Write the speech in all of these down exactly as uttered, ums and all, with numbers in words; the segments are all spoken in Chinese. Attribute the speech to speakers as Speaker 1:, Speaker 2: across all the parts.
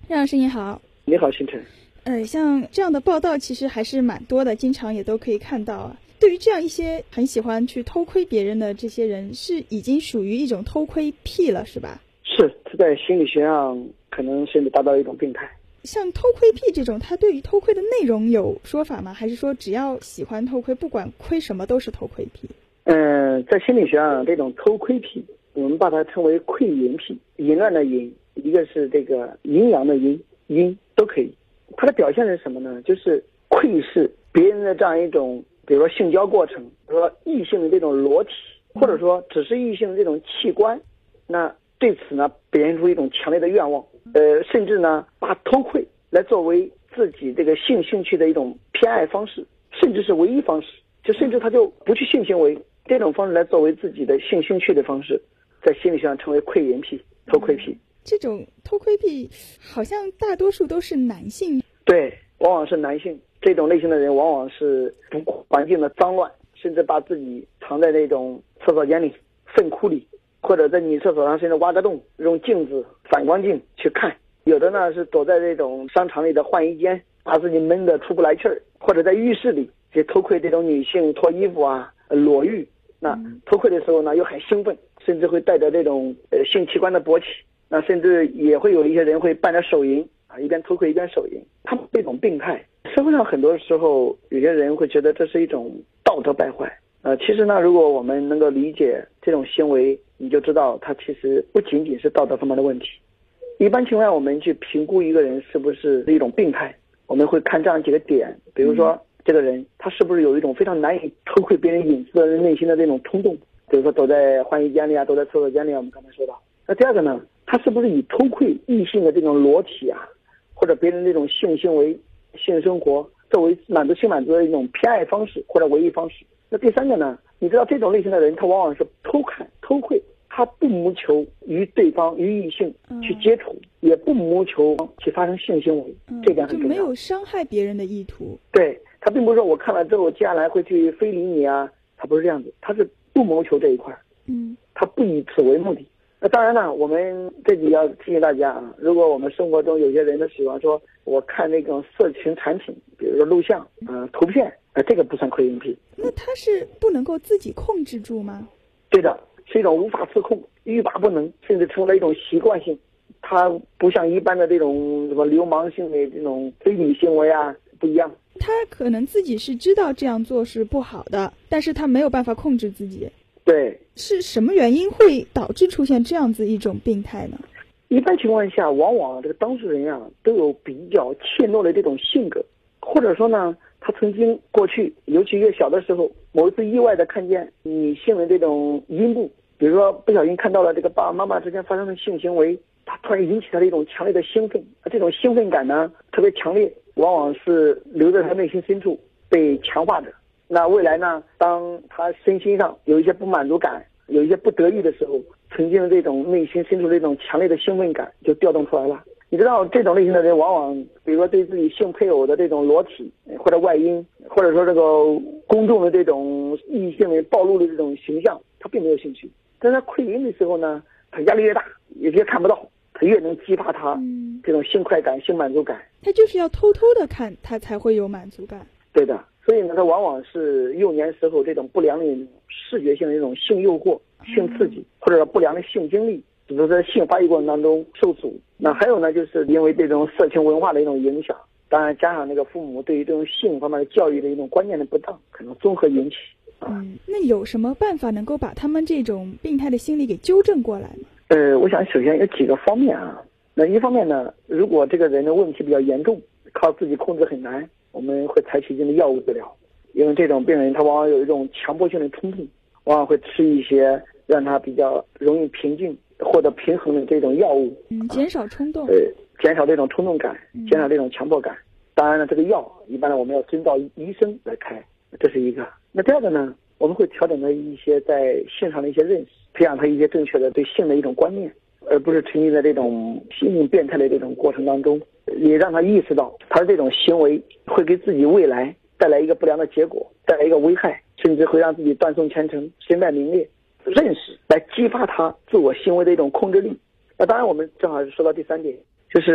Speaker 1: 任老师你好。
Speaker 2: 你好，星辰。
Speaker 1: 呃，像这样的报道其实还是蛮多的，经常也都可以看到啊。对于这样一些很喜欢去偷窥别人的这些人，是已经属于一种偷窥癖了，是吧？
Speaker 2: 是，这在心理学上可能甚至达到一种病态。
Speaker 1: 像偷窥癖这种，它对于偷窥的内容有说法吗？还是说只要喜欢偷窥，不管窥什么都是偷窥癖？
Speaker 2: 嗯、呃，在心理学上，这种偷窥癖，我们把它称为窥淫癖，淫乱的淫，一个是这个阴阳的阴，阴都可以。它的表现是什么呢？就是窥视别人的这样一种，比如说性交过程，比如说异性的这种裸体，或者说只是异性的这种器官，那对此呢表现出一种强烈的愿望，呃，甚至呢把偷窥来作为自己这个性兴趣的一种偏爱方式，甚至是唯一方式，就甚至他就不去性行为，这种方式来作为自己的性兴趣的方式，在心理学上称为窥淫癖、偷窥癖。
Speaker 1: 这种偷窥癖好像大多数都是男性。
Speaker 2: 对，往往是男性。这种类型的人往往是不顾环境的脏乱，甚至把自己藏在那种厕所间里、粪窟里，或者在女厕所上甚至挖个洞，用镜子、反光镜去看。有的呢是躲在这种商场里的换衣间，把自己闷得出不来气儿，或者在浴室里去偷窥这种女性脱衣服啊、裸浴。那偷窥的时候呢又很兴奋，甚至会带着这种呃性器官的勃起。那甚至也会有一些人会伴着手淫啊，一边偷窥一边手淫，他们这种病态，社会上很多时候有些人会觉得这是一种道德败坏。呃，其实呢，如果我们能够理解这种行为，你就知道它其实不仅仅是道德方面的问题。一般情况下，我们去评估一个人是不是一种病态，我们会看这样几个点，比如说这个人他是不是有一种非常难以偷窥别人隐私的人内心的这种冲动，比如说躲在换衣间里啊，躲在厕所间里啊，我们刚才说到。那第二个呢，他是不是以偷窥异性的这种裸体啊，或者别人这种性行为、性生活作为满足性满足的一种偏爱方式或者唯一方式？那第三个呢，你知道这种类型的人，他往往是偷看、偷窥，他不谋求与对方、与异性去接触，嗯、也不谋求去发生性行为，嗯、这点很重要。
Speaker 1: 就没有伤害别人的意图。
Speaker 2: 对，他并不是说我看了之后接下来会去非礼你啊，他不是这样子，他是不谋求这一块，嗯，他不以此为目的。那当然了，我们这里要提醒大家啊，如果我们生活中有些人都喜欢说我看那种色情产品，比如说录像、呃、图片，呃，这个不算窥淫癖。
Speaker 1: 那他是不能够自己控制住吗？
Speaker 2: 对的，是一种无法自控、欲罢不能，甚至成为了一种习惯性。它不像一般的这种什么流氓性的这种非礼行为啊，不一样。
Speaker 1: 他可能自己是知道这样做是不好的，但是他没有办法控制自己。
Speaker 2: 对，
Speaker 1: 是什么原因会导致出现这样子一种病态呢？
Speaker 2: 一般情况下，往往这个当事人啊都有比较怯懦的这种性格，或者说呢，他曾经过去，尤其越小的时候，某一次意外的看见女性的这种阴部，比如说不小心看到了这个爸爸妈妈之间发生的性行为，他突然引起他的一种强烈的兴奋，这种兴奋感呢特别强烈，往往是留在他内心深处被强化着。那未来呢，当他身心上有一些不满足感，有一些不得意的时候，曾经这种内心深处的这种强烈的兴奋感就调动出来了。你知道这种类型的人往往比如说对自己性配偶的这种裸体或者外阴，或者说这个公众的这种异性的暴露的这种形象，他并没有兴趣。但是他窥淫的时候呢，他压力越大，有些看不到，他越能激发他这种性快感、性满足感。
Speaker 1: 他就是要偷偷的看，他才会有满足感。
Speaker 2: 对的，所以呢，他往往是幼年时候这种不良的视觉性的这种性诱惑、性刺激，或者说不良的性经历，只是在性发育过程当中受阻。那还有呢，就是因为这种色情文化的一种影响，当然加上那个父母对于这种性方面的教育的一种观念的不当，可能综合引起。
Speaker 1: 嗯，那有什么办法能够把他们这种病态的心理给纠正过来吗？
Speaker 2: 呃，我想首先有几个方面啊。那一方面呢，如果这个人的问题比较严重，靠自己控制很难，我们会采取一定的药物治疗。因为这种病人他往往有一种强迫性的冲动，往往会吃一些让他比较容易平静获得平衡的这种药物，
Speaker 1: 嗯，减少冲动，
Speaker 2: 对、呃，减少这种冲动感，减少这种强迫感。当然了，这个药一般呢我们要遵照医生来开，这是一个。那第二个呢，我们会调整他一些在性上的一些认识，培养他一些正确的对性的一种观念，而不是沉浸在这种心理变态的这种过程当中，也让他意识到他的这种行为会给自己未来带来一个不良的结果，带来一个危害，甚至会让自己断送前程、身败名裂。认识来激发他自我行为的一种控制力。那当然我们正好是说到第三点，就是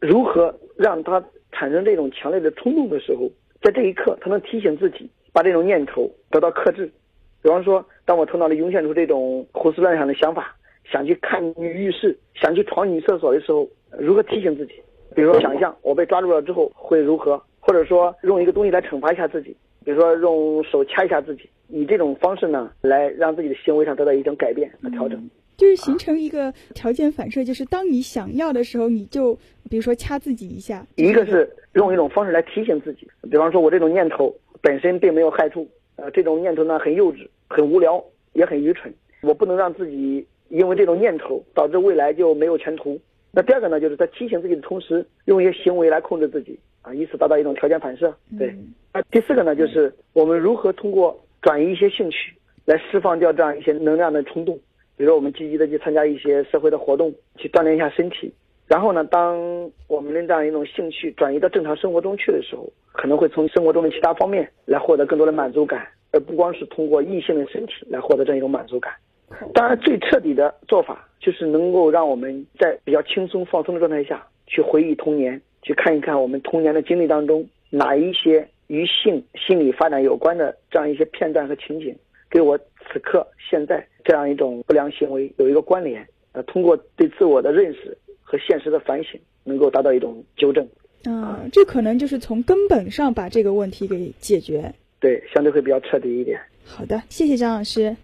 Speaker 2: 如何让他产生这种强烈的冲动的时候，在这一刻他能提醒自己把这种念头得到克制。比方说，当我头脑里涌现出这种胡思乱想的想法，想去看女浴室，想去闯女厕所的时候，如何提醒自己？比如说想象我被抓住了之后会如何，或者说用一个东西来惩罚一下自己，比如说用手掐一下自己，以这种方式呢来让自己的行为上得到一种改变和调整。
Speaker 1: 嗯，就是形成一个条件反射，就是当你想要的时候，你就比如说掐自己一下。
Speaker 2: 一个是用一种方式来提醒自己，比方说我这种念头本身并没有害处，呃，这种念头呢很幼稚、很无聊，也很愚蠢，我不能让自己因为这种念头导致未来就没有前途。那第二个呢，就是在提醒自己的同时，用一些行为来控制自己啊，以此达到一种条件反射。对。那第四个呢，就是我们如何通过转移一些兴趣来释放掉这样一些能量的冲动。比如说我们积极的去参加一些社会的活动，去锻炼一下身体。然后呢，当我们的这样一种兴趣转移到正常生活中去的时候，可能会从生活中的其他方面来获得更多的满足感，而不光是通过异性的身体来获得这样一种满足感。当然最彻底的做法就是能够让我们在比较轻松放松的状态下去回忆童年，去看一看我们童年的经历当中哪一些与性心理发展有关的这样一些片段和情景给我此刻现在这样一种不良行为有一个关联，呃，通过对自我的认识和现实的反省能够达到一种纠正。
Speaker 1: 啊，这可能就是从根本上把这个问题给解决。
Speaker 2: 对，相对会比较彻底一点。
Speaker 1: 好的，谢谢张老师。